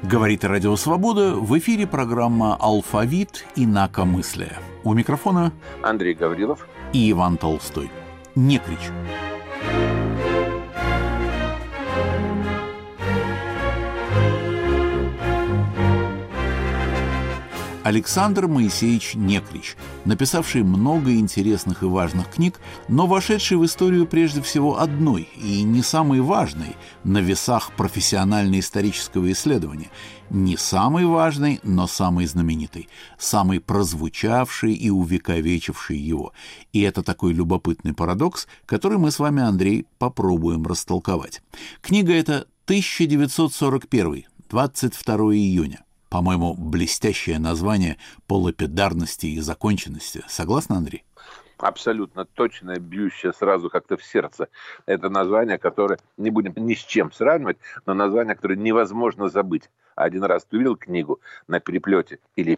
Говорит Радио Свобода, в эфире программа «Алфавит. Инакомыслие». У микрофона Андрей Гаврилов и Иван Толстой. Некрич. Александр Моисеевич Некрич, написавший много интересных и важных книг, но вошедший в историю прежде всего одной и не самой важной на весах профессионально-исторического исследования, не самой важной, но самой знаменитой, самой прозвучавшей и увековечившей его. И это такой любопытный парадокс, который мы с вами, Андрей, попробуем растолковать. Книга эта 1941, 22 июня. По-моему, блестящее название по лапидарности и законченности. Согласна, Андрей? Абсолютно точное, бьющее сразу как-то в сердце. Это название, которое не будем ни с чем сравнивать, но название, которое невозможно забыть. Один раз ты увидел книгу на переплете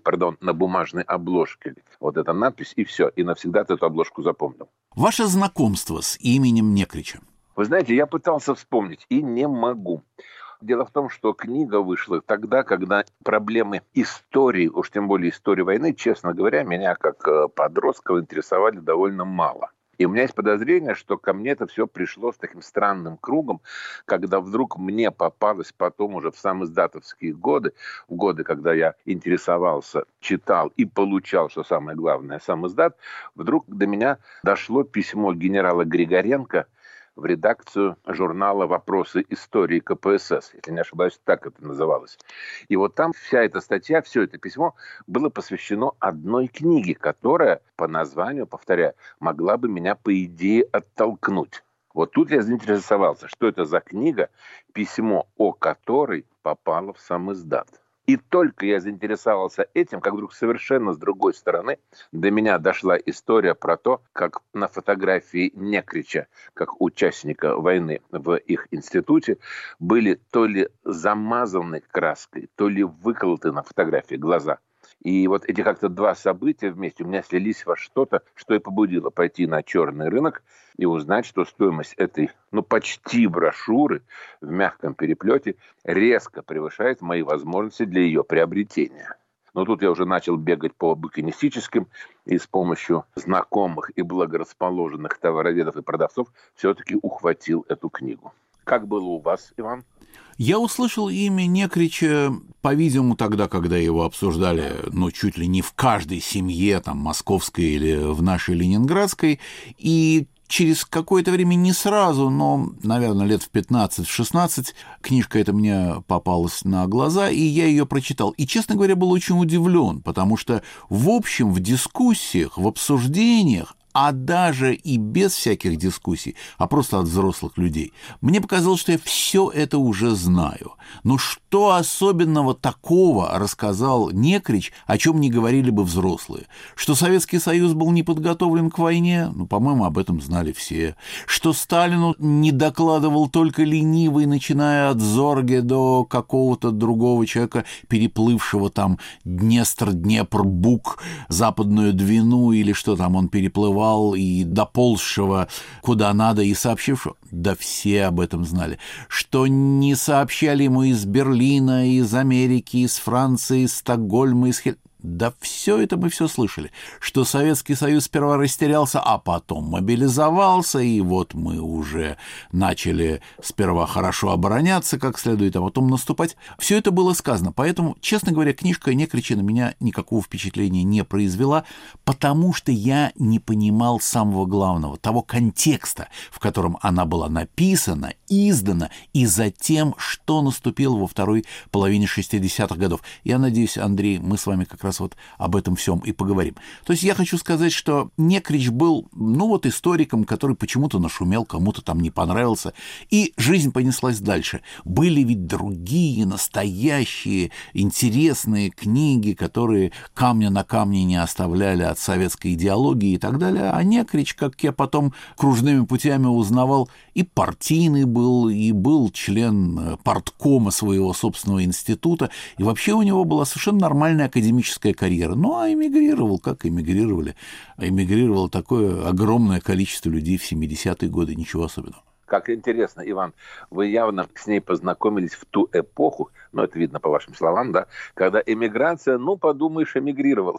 на бумажной обложке. Вот эта надпись, и все. И навсегда ты эту обложку запомнил. Ваше знакомство с именем Некрича. Вы знаете, я пытался вспомнить и не могу. Дело в том, что книга вышла тогда, когда проблемы истории, уж тем более истории войны, честно говоря, меня как подростка интересовали довольно мало. И у меня есть подозрение, что ко мне это все пришло с таким странным кругом, когда вдруг мне попалось потом уже в самиздатовские годы, в годы, когда я интересовался, читал и получал, что самое главное, самиздат, вдруг до меня дошло письмо генерала Григоренко в редакцию журнала «Вопросы истории КПСС», если не ошибаюсь, так это называлось. И вот там вся эта статья, все это письмо было посвящено одной книге, которая, по названию, повторяю, могла бы меня, по идее, оттолкнуть. Вот тут я заинтересовался, что это за книга, письмо о которой попало в самиздат. И только я заинтересовался этим, как вдруг совершенно с другой стороны до меня дошла история про то, как на фотографии Некрича, как участника войны в их институте, были то ли замазаны краской, то ли выколоты на фотографии глаза. И вот эти как-то два события вместе у меня слились во что-то, что и побудило пойти на черный рынок и узнать, что стоимость этой, почти брошюры в мягком переплете резко превышает мои возможности для ее приобретения. Но тут я уже начал бегать по букинистическим и с помощью знакомых и благорасположенных товароведов и продавцов все-таки ухватил эту книгу. Как было у вас, Иван? Я услышал имя Некрича, по-видимому, тогда, когда его обсуждали, чуть ли не в каждой семье, там, московской или в нашей ленинградской, и через какое-то время, не сразу, но, наверное, лет в 15-16, книжка эта мне попалась на глаза, и я ее прочитал. И, честно говоря, был очень удивлен, потому что, в общем, в дискуссиях, в обсуждениях, а даже и без всяких дискуссий, а просто от взрослых людей, мне показалось, что я все это уже знаю. Но что особенного такого рассказал Некрич, о чем не говорили бы взрослые? Что Советский Союз был не подготовлен к войне? По-моему, об этом знали все. Что Сталину не докладывал только ленивый, начиная от Зорге до какого-то другого человека, переплывшего там Днестр, Днепр, Буг, Западную Двину или что там он переплывал, и доползшего куда надо, и сообщившего, да все об этом знали, что не сообщали ему из Берлина, из Америки, из Франции, из Стокгольма, из Да все это мы все слышали, что Советский Союз сперва растерялся, а потом мобилизовался, и вот мы уже начали сперва хорошо обороняться как следует, а потом наступать. Все это было сказано, поэтому, честно говоря, книжка Некрича на меня никакого впечатления не произвела, потому что я не понимал самого главного, того контекста, в котором она была написана, издана, и затем, что наступило во второй половине 60-х годов. Я надеюсь, Андрей, мы с вами как раз вот об этом всем и поговорим. То есть я хочу сказать, что Некрич был, историком, который почему-то нашумел, кому-то там не понравился, и жизнь понеслась дальше. Были ведь другие, настоящие, интересные книги, которые камня на камне не оставляли от советской идеологии и так далее, а Некрич, как я потом кружными путями узнавал, и партийный был, и был член парткома своего собственного института, и вообще у него была совершенно нормальная академическая карьера. А эмигрировал, как эмигрировали. Эмигрировало такое огромное количество людей в 70-е годы, ничего особенного. Как интересно, Иван, вы явно с ней познакомились в ту эпоху, ну, это видно по вашим словам, да, когда эмиграция, ну, подумаешь, эмигрировал.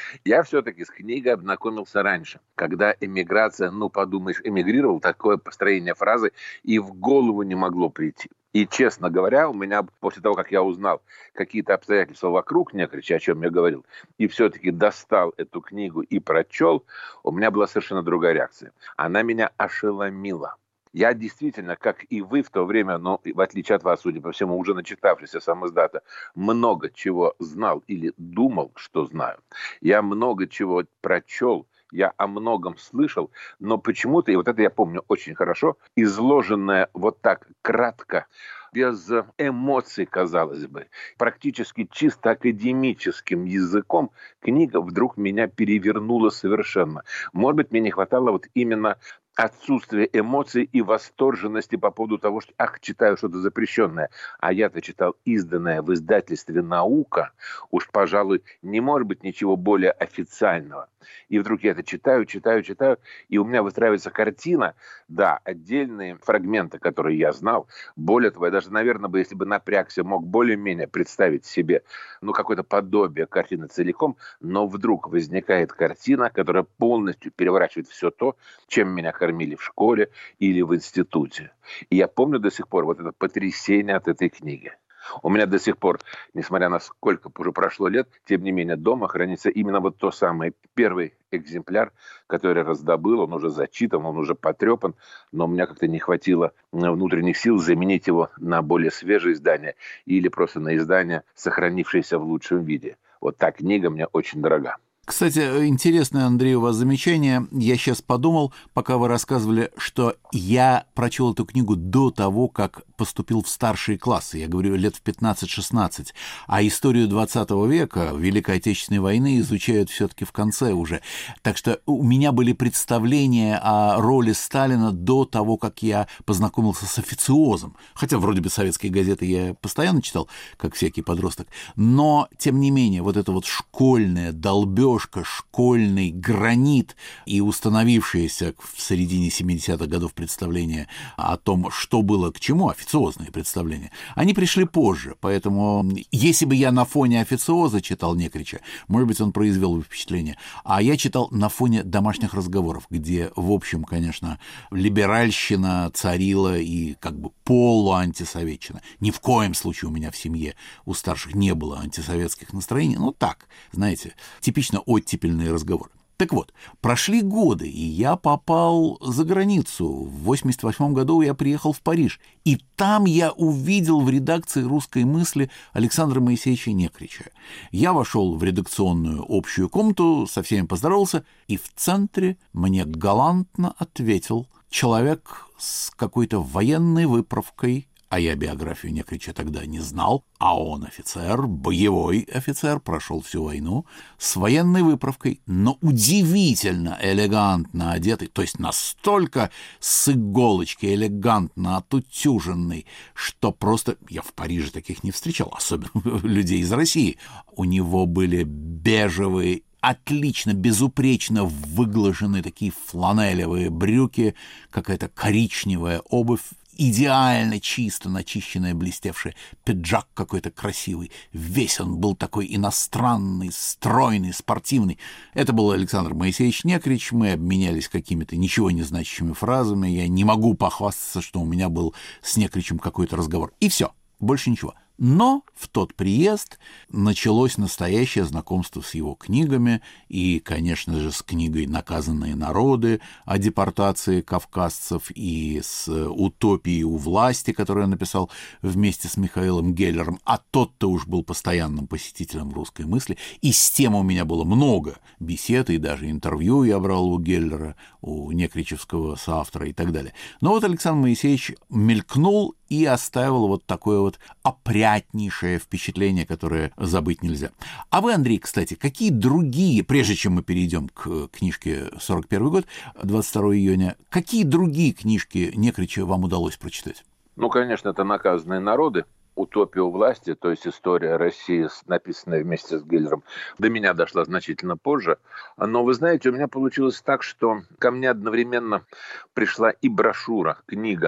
Я все-таки с книгой ознакомился раньше. Когда эмиграция, ну, подумаешь, эмигрировал, такое построение фразы и в голову не могло прийти. И, честно говоря, у меня после того, как я узнал какие-то обстоятельства вокруг Некрича, о чем я говорил, и все-таки достал эту книгу и прочел, у меня была совершенно другая реакция. Она меня ошеломила. Я действительно, как и вы в то время, но в отличие от вас, судя по всему, уже начитавшийся сам издата, много чего знал или думал, что знаю. Я много чего прочел, я о многом слышал, но почему-то, и вот это я помню очень хорошо, изложенное вот так кратко, без эмоций, казалось бы, практически чисто академическим языком, книга вдруг меня перевернула совершенно. Может быть, мне не хватало вот именно отсутствие эмоций и восторженности по поводу того, что, читаю что-то запрещенное. А я-то читал изданное в издательстве «Наука». Уж, пожалуй, не может быть ничего более официального. И вдруг я это читаю, и у меня выстраивается картина, да, отдельные фрагменты, которые я знал. Более того, я даже, наверное, если бы напрягся, мог более-менее представить себе, ну, какое-то подобие картины целиком, но вдруг возникает картина, которая полностью переворачивает все то, чем меня кормили в школе или в институте. И я помню до сих пор вот это потрясение от этой книги. У меня до сих пор, несмотря на сколько уже прошло лет, тем не менее дома хранится именно вот то самое первый экземпляр, который я раздобыл, он уже зачитан, он уже потрепан, но у меня как-то не хватило внутренних сил заменить его на более свежее издание или просто на издание, сохранившееся в лучшем виде. Вот та книга мне очень дорога. Кстати, интересное, Андрей, у вас замечание. Я сейчас подумал, пока вы рассказывали, что я прочел эту книгу до того, как поступил в старшие классы. Я говорю, лет в 15-16. А историю 20 века, Великой Отечественной войны, изучают все-таки в конце уже. Так что у меня были представления о роли Сталина до того, как я познакомился с официозом. Хотя вроде бы советские газеты я постоянно читал, как всякий подросток. Но, тем не менее, вот это вот школьное долбёж, школьный гранит и установившееся в середине 70-х годов представление о том, что было к чему, официозные представления, они пришли позже. Поэтому, если бы я на фоне официоза читал Некрича, может быть, он произвел бы впечатление. А я читал на фоне домашних разговоров, где, в общем, конечно, либеральщина царила и как бы полуантисоветчина. Ни в коем случае у меня в семье у старших не было антисоветских настроений. Ну так, знаете, типично оттепельные разговоры. Так вот, прошли годы, и я попал за границу. В 1988 году я приехал в Париж, и там я увидел в редакции «Русской мысли» Александра Моисеевича Некрича. Я вошел в редакционную общую комнату, со всеми поздоровался, и в центре мне галантно ответил человек с какой-то военной выправкой, а я биографию Некрича тогда не знал, а он офицер, боевой офицер, прошел всю войну, с военной выправкой, но удивительно элегантно одетый, то есть настолько с иголочки элегантно отутюженный, что просто я в Париже таких не встречал, особенно людей из России. У него были бежевые, отлично, безупречно выглаженные такие фланелевые брюки, какая-то коричневая обувь, идеально чисто начищенная, блестевшая, пиджак какой-то красивый. Весь он был такой иностранный, стройный, спортивный. Это был Александр Моисеевич Некрич. Мы обменялись какими-то ничего не значащими фразами. Я не могу похвастаться, что у меня был с Некричем какой-то разговор. И все, больше ничего. Но в тот приезд началось настоящее знакомство с его книгами и, конечно же, с книгой «Наказанные народы» о депортации кавказцев и с «Утопией у власти», которую я написал вместе с Михаилом Геллером, а тот-то уж был постоянным посетителем «Русской мысли», и с тем у меня было много бесед, и даже интервью я брал у Геллера, у некричевского соавтора и так далее. Но вот Александр Моисеевич мелькнул и оставил вот такое вот опрятнейшее впечатление, которое забыть нельзя. А вы, Андрей, кстати, какие другие, прежде чем мы перейдем к книжке «41 год», 22 июня, какие другие книжки Некрича вам удалось прочитать? Ну, конечно, это «Наказанные народы», «Утопия у власти», то есть история России, написанная вместе с Геллером, до меня дошла значительно позже. Но, вы знаете, у меня получилось так, что ко мне одновременно пришла и брошюра, книга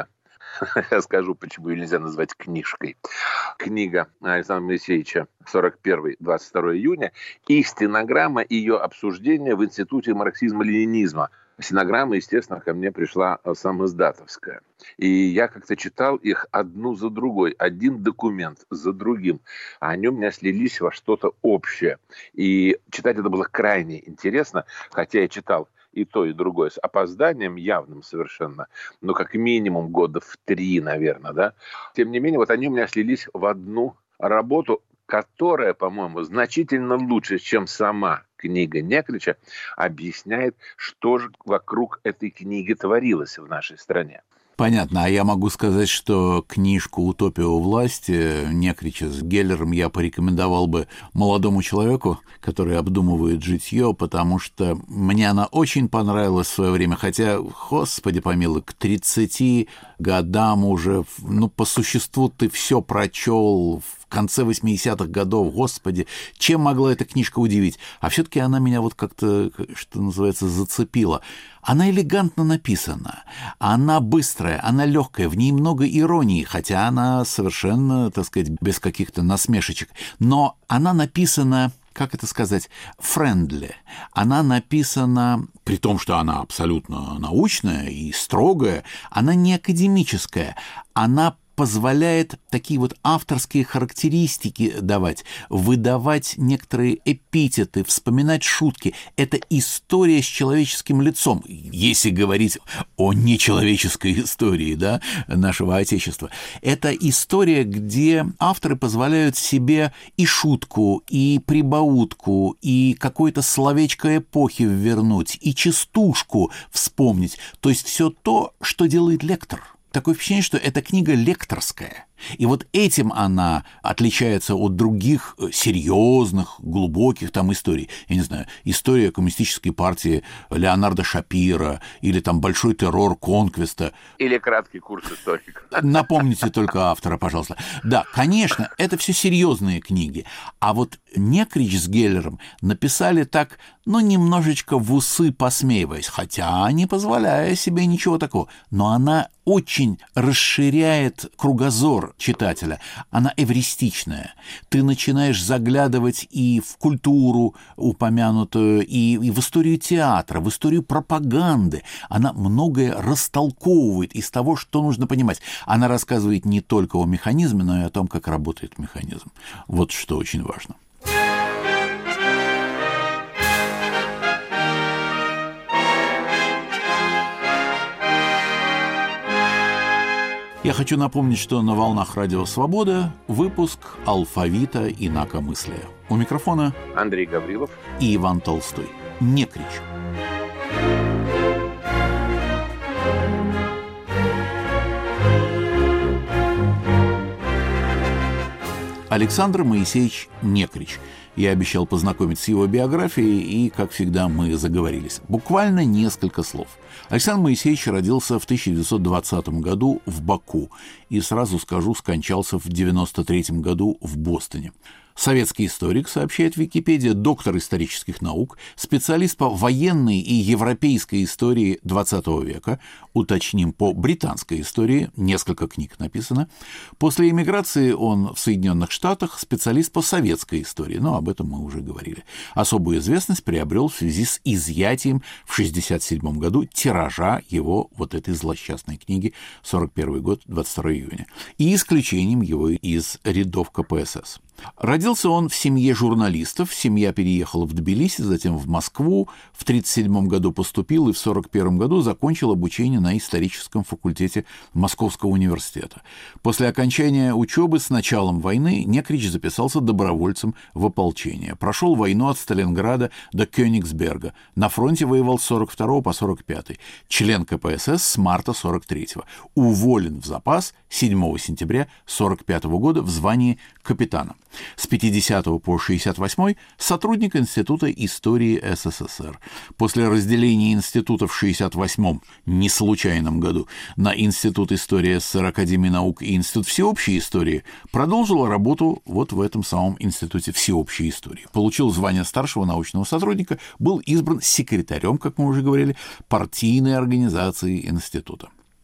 Я скажу, почему ее нельзя назвать книжкой. Книга Александра Моисеевича 41-22 июня и стенограмма ее обсуждения в Институте марксизма-ленинизма. Стенограмма, естественно, ко мне пришла самоиздатовская. И я как-то читал их одну за другой, один документ за другим. Они у меня слились во что-то общее. И читать это было крайне интересно, хотя я читал и то, и другое с опозданием явным совершенно, ну, как минимум года в 3, наверное, да. Тем не менее, вот они у меня слились в одну работу, которая, по-моему, значительно лучше, чем сама книга Некрича, объясняет, что же вокруг этой книги творилось в нашей стране. Понятно. А я могу сказать, что книжку «Утопия у власти» Некрича с Геллером я порекомендовал бы молодому человеку, который обдумывает житье, потому что мне она очень понравилась в свое время, хотя, господи помилуй, к 30 годам уже, ну, по существу ты все прочел в конце 80-х годов, господи, чем могла эта книжка удивить? А все-таки она меня вот как-то, что называется, зацепила. Она элегантно написана, она быстрая, она легкая, в ней много иронии, хотя она совершенно, так сказать, без каких-то насмешечек. Но она написана, как это сказать, friendly. Она написана, при том, что она абсолютно научная и строгая, она не академическая, она позволяет такие вот авторские характеристики давать, выдавать некоторые эпитеты, вспоминать шутки. Это история с человеческим лицом, если говорить о нечеловеческой истории, да, нашего Отечества. Это история, где авторы позволяют себе и шутку, и прибаутку, и какое-то словечко эпохи ввернуть, и частушку вспомнить. То есть все то, что делает лектор. Такое впечатление, что эта книга лекторская. И вот этим она отличается от других серьезных, глубоких там историй. Я не знаю, история коммунистической партии Леонардо Шапира или там большой террор Конквеста. Или краткий курс историка. Напомните только автора, пожалуйста. Да, конечно, это все серьезные книги. А вот Некрич с Геллером написали так, ну, немножечко в усы посмеиваясь, хотя не позволяя себе ничего такого. Но она очень расширяет кругозор читателя. Она эвристичная. Ты начинаешь заглядывать и в культуру упомянутую, и в историю театра, в историю пропаганды. Она многое растолковывает из того, что нужно понимать. Она рассказывает не только о механизме, но и о том, как работает механизм. Вот что очень важно. Я хочу напомнить, что на волнах Радио Свобода выпуск «Алфавита инакомыслия». У микрофона Андрей Гаврилов и Иван Толстой. Некрич. Александр Моисеевич Некрич. Я обещал познакомить с его биографией, и, как всегда, мы заговорились. Буквально несколько слов. Александр Моисеевич родился в 1920 году в Баку и, сразу скажу, скончался в 1993 году в Бостоне. Советский историк, сообщает Википедия, доктор исторических наук, специалист по военной и европейской истории XX века, уточним, по британской истории, несколько книг написано. После эмиграции он в Соединенных Штатах специалист по советской истории, но об этом мы уже говорили. Особую известность приобрел в связи с изъятием в 1967 году тиража его вот этой злосчастной книги, 41 год, 22 июня, и исключением его из рядов КПСС. Родился он в семье журналистов, семья переехала в Тбилиси, затем в Москву, в 1937 году поступил и в 1941 году закончил обучение на историческом факультете Московского университета. После окончания учебы с началом войны Некрич записался добровольцем в ополчение. Прошел войну от Сталинграда до Кёнигсберга. На фронте воевал с 1942 по 1945. Член КПСС с марта 1943. Уволен в запас 7 сентября 1945 года в звании капитана. С 50 по 68 сотрудник Института истории СССР. После разделения института в 68-м, не случайном году, на Институт истории СССР, Академии наук и Институт всеобщей истории, продолжил работу вот в этом самом Институте всеобщей истории. Получил звание старшего научного сотрудника, был избран секретарем, как мы уже говорили, партийной организации института.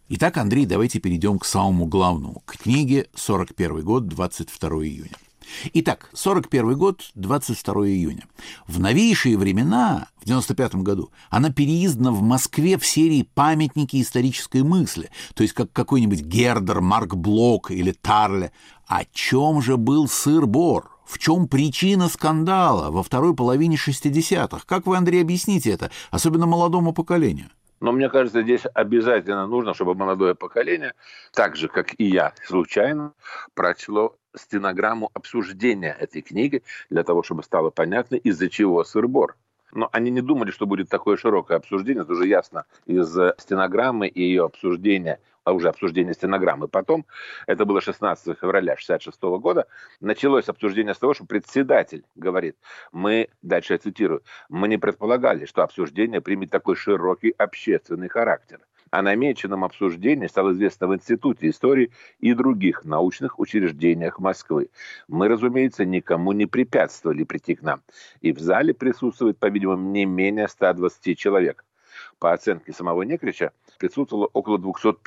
Итак, Андрей, давайте перейдем к самому главному, к книге «41 год, 22 июня». Итак, 41 год, 22 июня. В новейшие времена, в 95 году, она переиздана в Москве в серии «Памятники исторической мысли», то есть как какой-нибудь Гердер, Марк Блок или Тарле. О чем же был сыр-бор? В чем причина скандала во второй половине 60-х? Как вы, Андрей, объясните это, особенно молодому поколению? Но мне кажется, здесь обязательно нужно, чтобы молодое поколение, так же, как и я, случайно прочло стенограмму обсуждения этой книги для того, чтобы стало понятно, из-за чего сыр-бор. Но они не думали, что будет такое широкое обсуждение. Это уже ясно из стенограммы и ее обсуждения, а уже обсуждение стенограммы. Потом, это было 16 февраля 1966 года, началось обсуждение с того, что председатель говорит, дальше я цитирую, мы не предполагали, что обсуждение примет такой широкий общественный характер. О намеченном обсуждении стало известно в Институте истории и других научных учреждениях Москвы. Мы, разумеется, никому не препятствовали прийти к нам. И в зале присутствует, по-видимому, не менее 120 человек. По оценке самого Некрича, присутствовало около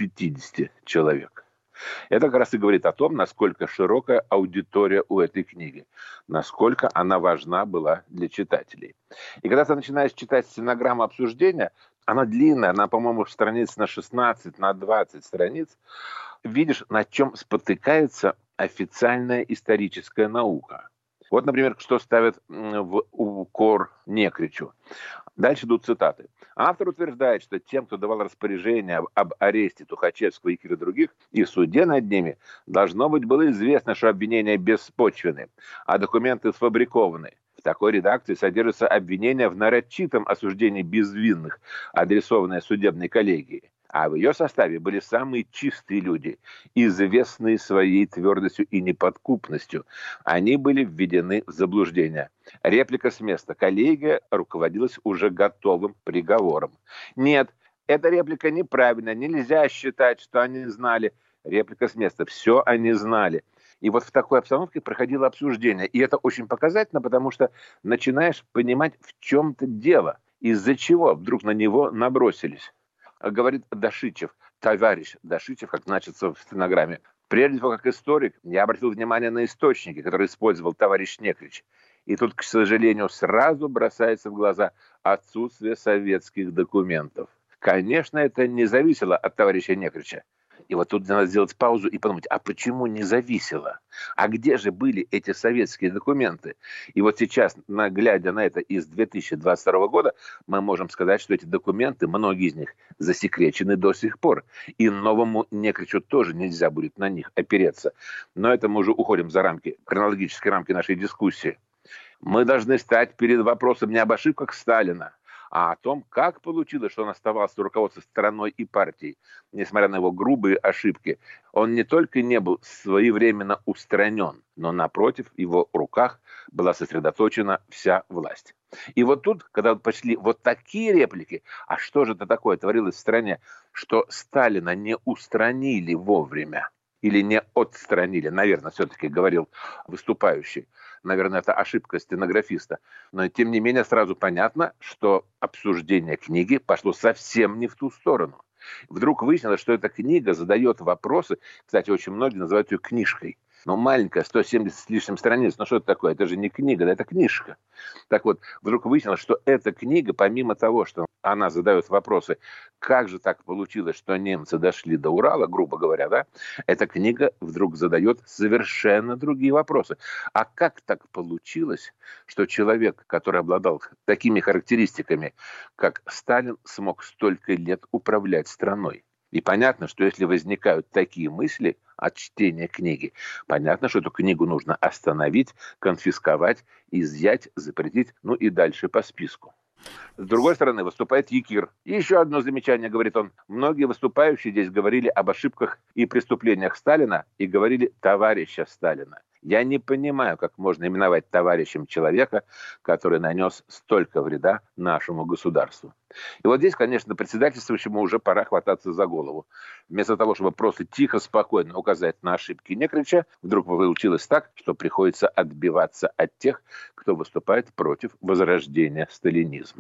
250 человек. Это как раз и говорит о том, насколько широкая аудитория у этой книги, насколько она важна была для читателей. И когда ты начинаешь читать стенограмму обсуждения, она длинная, она, по-моему, страниц на 16, на 20 страниц, видишь, на чем спотыкается официальная историческая наука. Вот, например, что ставят в укор Некричу. Дальше идут цитаты. Автор утверждает, что тем, кто давал распоряжение об аресте Тухачевского и Кира других, и в суде над ними, должно быть было известно, что обвинения беспочвены, а документы сфабрикованы. В такой редакции содержится обвинение в нарочитом осуждении безвинных, адресованное судебной коллегии. А в ее составе были самые чистые люди, известные своей твердостью и неподкупностью. Они были введены в заблуждение. Реплика с места. Коллегия руководилась уже готовым приговором. Нет, эта реплика неправильна. Нельзя считать, что они знали. Реплика с места. Все они знали. И вот в такой обстановке проходило обсуждение. И это очень показательно, потому что начинаешь понимать, в чем-то дело. Из-за чего вдруг на него набросились. Говорит Дашичев, товарищ Дашичев, как значится в стенограмме. Прежде всего, как историк, я обратил внимание на источники, которые использовал товарищ Некрич. И тут, к сожалению, сразу бросается в глаза отсутствие советских документов. Конечно, это не зависело от товарища Некрича. И вот тут надо сделать паузу и подумать, а почему не зависело? А где же были эти советские документы? И вот сейчас, глядя на это из 2022 года, мы можем сказать, что эти документы, многие из них, засекречены до сих пор. И новому Некричу тоже нельзя будет на них опереться. Но это мы уже уходим за рамки, хронологические рамки нашей дискуссии. Мы должны стать перед вопросом не об ошибках Сталина, а о том, как получилось, что он оставался руководством страной и партией, несмотря на его грубые ошибки. Он не только не был своевременно устранен, но, напротив, в его руках была сосредоточена вся власть. И вот тут, когда пошли вот такие реплики, а что же это такое творилось в стране, что Сталина не устранили вовремя или не отстранили, наверное, все-таки говорил выступающий. Наверное, это ошибка стенографиста. Но, тем не менее, сразу понятно, что обсуждение книги пошло совсем не в ту сторону. Вдруг выяснилось, что эта книга задает вопросы. Кстати, очень многие называют ее книжкой. Но маленькая, 170 с лишним страниц. Ну что это такое? Это же не книга, это книжка. Так вот, вдруг выяснилось, что эта книга, помимо того, что она задает вопросы, как же так получилось, что немцы дошли до Урала, грубо говоря, да? Эта книга вдруг задает совершенно другие вопросы. А как так получилось, что человек, который обладал такими характеристиками, как Сталин, смог столько лет управлять страной? И понятно, что если возникают такие мысли от чтения книги, понятно, что эту книгу нужно остановить, конфисковать, изъять, запретить, ну и дальше по списку. С другой стороны, выступает Якир. И еще одно замечание, говорит он. Многие выступающие здесь говорили об ошибках и преступлениях Сталина и говорили товарища Сталина. Я не понимаю, как можно именовать товарищем человека, который нанес столько вреда нашему государству. И вот здесь, конечно, председательствующему уже пора хвататься за голову. Вместо того, чтобы просто тихо, спокойно указать на ошибки Некрича, вдруг получилось так, что приходится отбиваться от тех, кто выступает против возрождения сталинизма.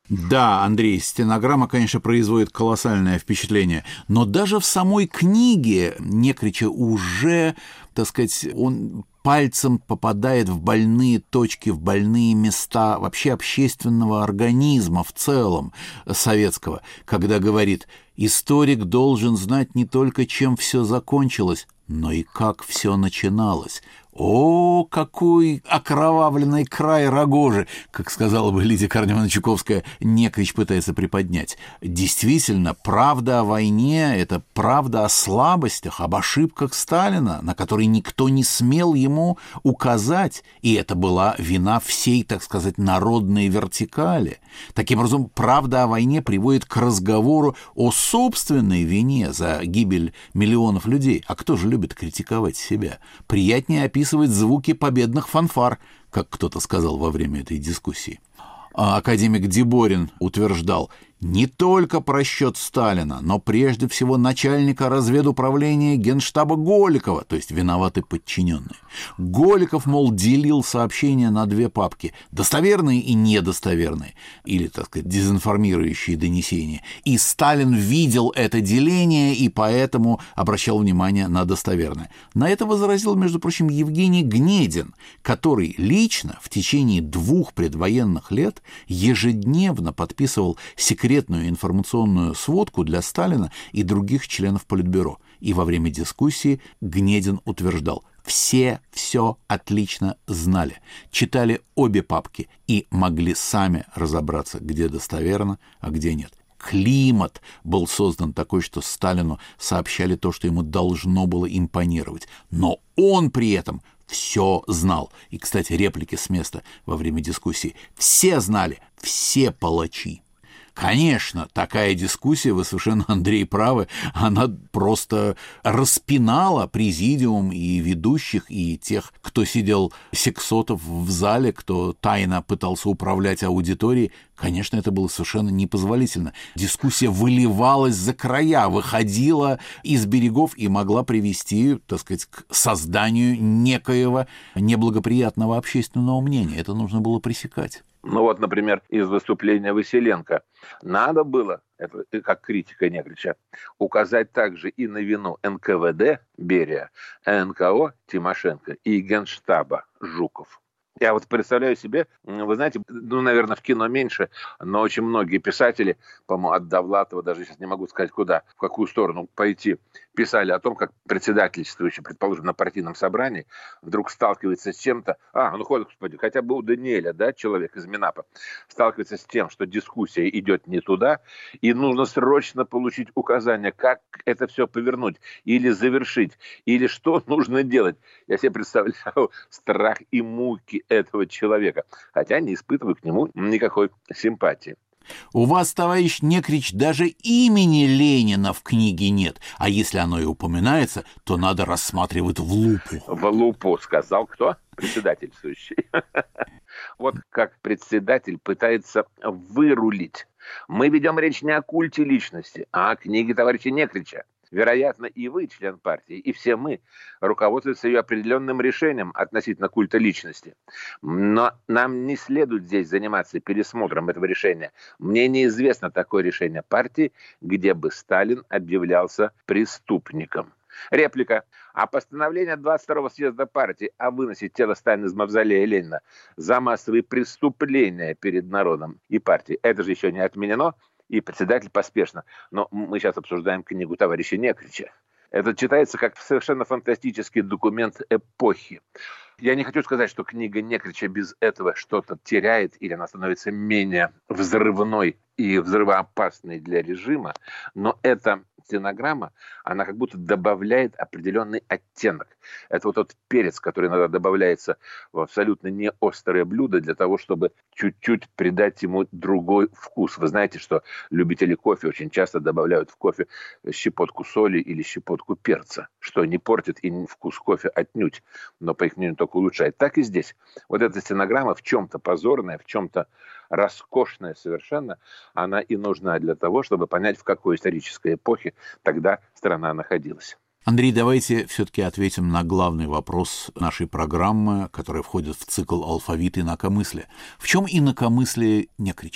Да, Андрей, стенограмма, конечно, производит колоссальное впечатление, но даже в самой книге Некрича уже, так сказать, он пальцем попадает в больные точки, в больные места вообще общественного организма в целом советского, когда говорит: историк должен знать не только, чем все закончилось, но и как все начиналось. О, какой окровавленный край рогожи, как сказала бы Лидия Корнеевна Чуковская, Некрич пытается приподнять. Действительно, правда о войне — это правда о слабостях, об ошибках Сталина, на которые никто не смел ему указать, и это была вина всей, так сказать, народной вертикали. Таким образом, правда о войне приводит к разговору о собственной вине за гибель миллионов людей. А кто же любит критиковать себя? Приятнее описывать звуки победных фанфар, как кто-то сказал во время этой дискуссии. А академик Деборин утверждал: не только просчет Сталина, но прежде всего начальника разведуправления Генштаба Голикова, то есть виноваты подчиненные. Голиков, мол, делил сообщения на две папки: достоверные и недостоверные, или, так сказать, дезинформирующие донесения. И Сталин видел это деление и поэтому обращал внимание на достоверное. На это возразил, между прочим, Евгений Гнедин, который лично в течение 2 предвоенных лет ежедневно подписывал секретную информационную сводку для Сталина и других членов Политбюро. И во время дискуссии Гнедин утверждал: все отлично знали, читали обе папки и могли сами разобраться, где достоверно, а где нет. Климат был создан такой, что Сталину сообщали то, что ему должно было импонировать. Но он при этом все знал. И, кстати, реплики с места во время дискуссии: все знали, все палачи. Конечно, такая дискуссия, вы совершенно, Андрей, правы, она просто распинала президиум и ведущих, и тех, кто сидел сексотов в зале, кто тайно пытался управлять аудиторией. Конечно, это было совершенно непозволительно. Дискуссия выливалась за края, выходила из берегов и могла привести, так сказать, к созданию некоего неблагоприятного общественного мнения. Это нужно было пресекать. Ну вот, например, из выступления Василенко. Надо было, это как критика Некрича, указать также и на вину НКВД Берия, НКО Тимошенко и Генштаба Жуков. Я вот представляю себе, вы знаете, наверное, в кино меньше, но очень многие писатели, по-моему, от Довлатова, даже сейчас не могу сказать куда, в какую сторону пойти, писали о том, как председательствующий, предположим, на партийном собрании, вдруг сталкивается с чем-то, господи, хотя бы у Даниэля, да, человек из Минапа, сталкивается с тем, что дискуссия идет не туда, и нужно срочно получить указания, как это все повернуть, или завершить, или что нужно делать. Я себе представляю страх и муки этого человека, хотя не испытываю к нему никакой симпатии. У вас, товарищ Некрич, даже имени Ленина в книге нет, а если оно и упоминается, то надо рассматривать в лупу. В лупу, сказал кто? Председательствующий. Вот как председатель пытается вырулить. Мы ведем речь не о культе личности, а о книге товарища Некрича. Вероятно, и вы, член партии, и все мы руководствуемся ее определенным решением относительно культа личности. Но нам не следует здесь заниматься пересмотром этого решения. Мне неизвестно такое решение партии, где бы Сталин объявлялся преступником. Реплика. А постановление 22-го съезда партии о выносе тела Сталина из мавзолея Ленина за массовые преступления перед народом и партией, это же еще не отменено. И председатель поспешно. Но мы сейчас обсуждаем книгу товарища Некрича. Это читается как совершенно фантастический документ эпохи. Я не хочу сказать, что книга Некрича без этого что-то теряет или она становится менее взрывной и взрывоопасной для режима, но эта стенограмма, она как будто добавляет определенный оттенок. Это вот тот перец, который иногда добавляется в абсолютно не острое блюдо для того, чтобы чуть-чуть придать ему другой вкус. Вы знаете, что любители кофе очень часто добавляют в кофе щепотку соли или щепотку перца, что не портит и вкус кофе отнюдь, но, по их мнению, только улучшает. Так и здесь. Вот эта стенограмма в чем-то позорная, в чем-то роскошная совершенно, она и нужна для того, чтобы понять, в какой исторической эпохе тогда страна находилась. Андрей, давайте все-таки ответим на главный вопрос нашей программы, которая входит в цикл «Алфавит инакомыслия». В чем инакомыслие Некрича?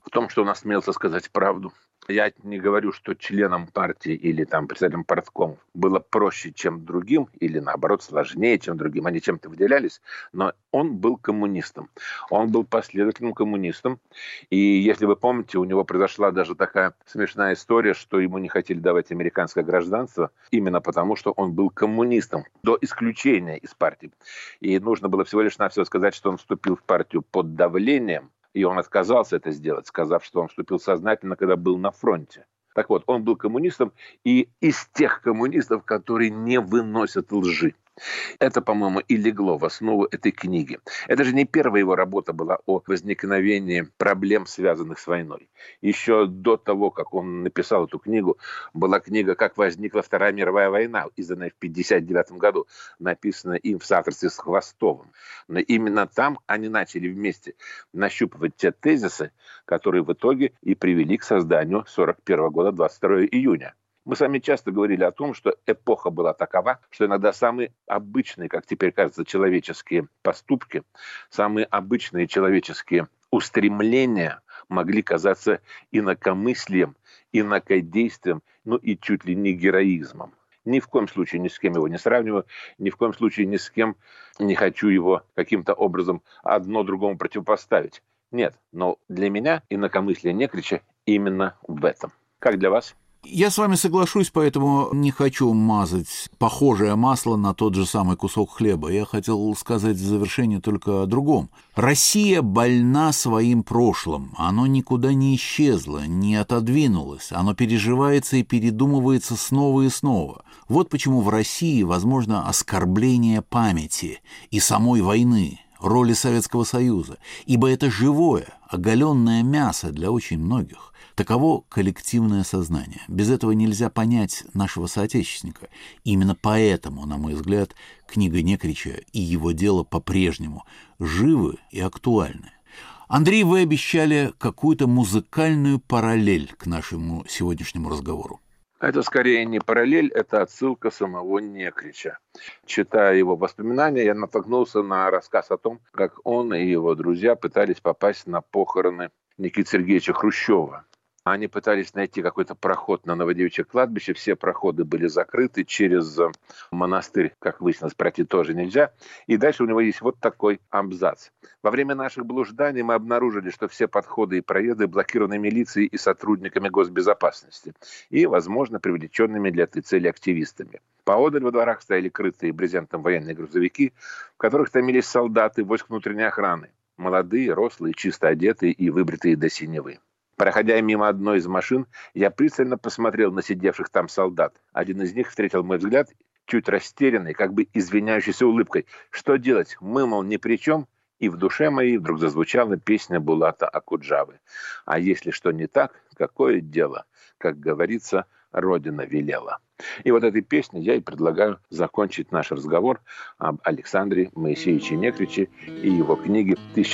в том, что он осмелился сказать правду. Я не говорю, что членам партии или там представителям парткомов было проще, чем другим, или наоборот сложнее, чем другим. Они чем-то выделялись, но он был коммунистом. Он был последовательным коммунистом. И если вы помните, у него произошла даже такая смешная история, что ему не хотели давать американское гражданство, именно потому, что он был коммунистом до исключения из партии. И нужно было всего лишь навсего сказать, что он вступил в партию под давлением, и он отказался это сделать, сказав, что он вступил сознательно, когда был на фронте. Так вот, он был коммунистом и из тех коммунистов, которые не выносят лжи. Это, по-моему, и легло в основу этой книги. Это же не первая его работа была о возникновении проблем, связанных с войной. Еще до того, как он написал эту книгу, была книга «Как возникла Вторая мировая война», изданная в 1959 году, написанная им в соавторстве с Хвостовым. Но именно там они начали вместе нащупывать те тезисы, которые в итоге и привели к созданию 1941 года 22 июня. Мы с вами часто говорили о том, что эпоха была такова, что иногда самые обычные, как теперь кажется, человеческие поступки, самые обычные человеческие устремления могли казаться инакомыслием, инакодействием, ну и чуть ли не героизмом. Ни в коем случае ни с кем его не сравниваю, ни в коем случае ни с кем не хочу его каким-то образом одно другому противопоставить. Нет, но для меня инакомыслие Некрича именно в этом. Как для вас? Я с вами соглашусь, поэтому не хочу мазать похожее масло на тот же самый кусок хлеба. Я хотел сказать в завершение только о другом. Россия больна своим прошлым. Оно никуда не исчезло, не отодвинулось. Оно переживается и передумывается снова и снова. Вот почему в России возможно оскорбление памяти и самой войны, роли Советского Союза, ибо это живое, оголенное мясо для очень многих. Таково коллективное сознание. Без этого нельзя понять нашего соотечественника. Именно поэтому, на мой взгляд, книга Некрича и его дело по-прежнему живы и актуальны. Андрей, вы обещали какую-то музыкальную параллель к нашему сегодняшнему разговору. Это скорее не параллель, это отсылка самого Некрича. Читая его воспоминания, я натолкнулся на рассказ о том, как он и его друзья пытались попасть на похороны Никиты Сергеевича Хрущева. Они пытались найти какой-то проход на Новодевичье кладбище, все проходы были закрыты, через монастырь, как выяснилось, пройти тоже нельзя. И дальше у него есть вот такой абзац. Во время наших блужданий мы обнаружили, что все подходы и проезды блокированы милицией и сотрудниками госбезопасности и, возможно, привлеченными для этой цели активистами. Поодаль во дворах стояли крытые брезентом военные грузовики, в которых томились солдаты войск внутренней охраны. Молодые, рослые, чисто одетые и выбритые до синевы. Проходя мимо одной из машин, я пристально посмотрел на сидевших там солдат. Один из них встретил мой взгляд, чуть растерянный, как бы извиняющейся улыбкой. Что делать? Мы, мол, ни при чем. И в душе моей вдруг зазвучала песня Булата Акуджавы. А если что не так, какое дело? Как говорится, Родина велела. И вот этой песней я и предлагаю закончить наш разговор об Александре Моисеевиче Некриче и его книге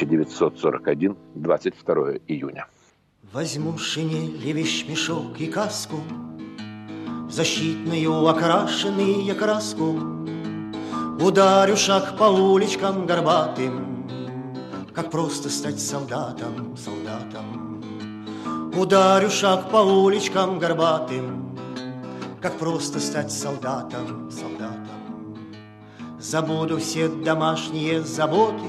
1941, 22 июня. Возьму шинель и вещмешок и каску, в защитную окрашенные краску, ударю шаг по уличкам горбатым, как просто стать солдатом, солдатом. Ударю шаг по уличкам горбатым, как просто стать солдатом, солдатом. Забуду все домашние заботы,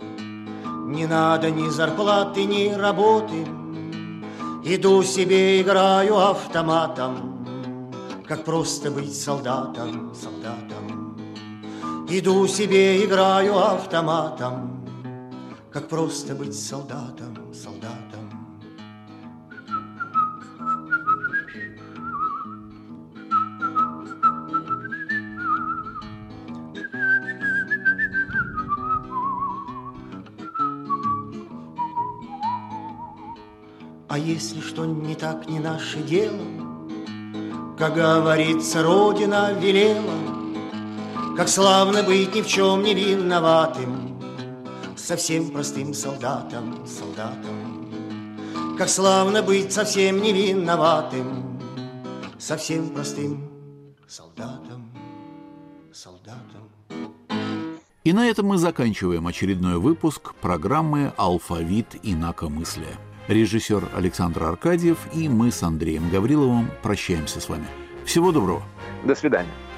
не надо ни зарплаты, ни работы. Иду себе, играю автоматом, как просто быть солдатом, солдатом. Иду себе, играю автоматом, как просто быть солдатом, солдатом. А если что не так, не наше дело, как говорится, Родина велела, как славно быть ни в чем не виноватым, совсем простым солдатом, солдатом. Как славно быть совсем не виноватым, совсем простым солдатом, солдатом. И на этом мы заканчиваем очередной выпуск программы «Алфавит инакомыслия». Режиссер Александр Аркадьев и мы с Андреем Гавриловым прощаемся с вами. Всего доброго. До свидания.